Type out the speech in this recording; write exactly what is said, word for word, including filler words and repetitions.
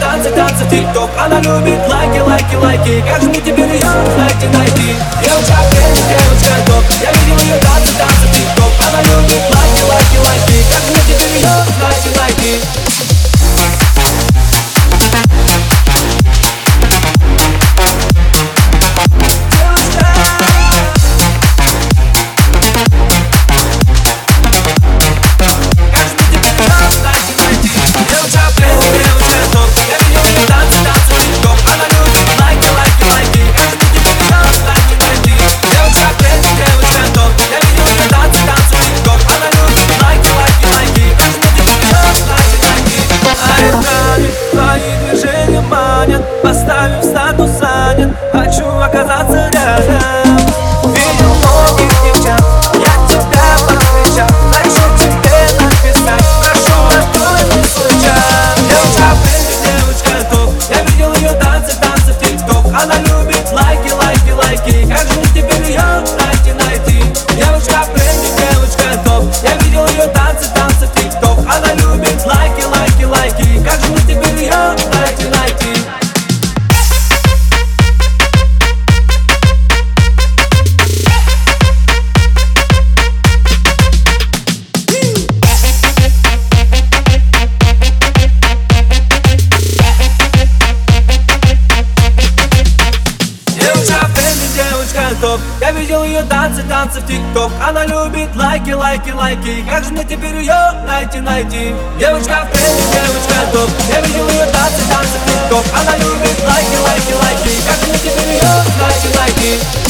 танцы, танцы в тик-ток. Она любит лайки, лайки, лайки. Как же мне теперь ее найти, найти? Девочка прелесть, девочка топ. Я видел ее танцы, танцы в тик-ток. Она любит лайки, лайки, лайки. Как же мне теперь ее найти, найти? Поставив статус занят, хочу оказаться рядом. Видел многих девчат, я тебя подключал. Хочу тебе написать, прошу, открой мне свой чат. Девочка прелесть, девочка топ. Я видел ее танцы, танцы в тик-ток. Она любит лайки, лайки, лайки. Как же мне теперь ее найти, найти? Девочка прелесть, девочка топ. Я видел ее танцы, танцы в тик-ток. Она любит лайки, лайки, лайки. Как же мне теперь ее найти, найти? Я видел ее танцы, танцы в тик-ток. Она любит лайки, лайки, лайки. Как же мне теперь ее найти, найти? Девочка в тренде, девочка топ. Я видел ее танцы, танцы в тик-ток. Она любит лайки, лайки, лайки. Как же мне теперь ее найти, найти?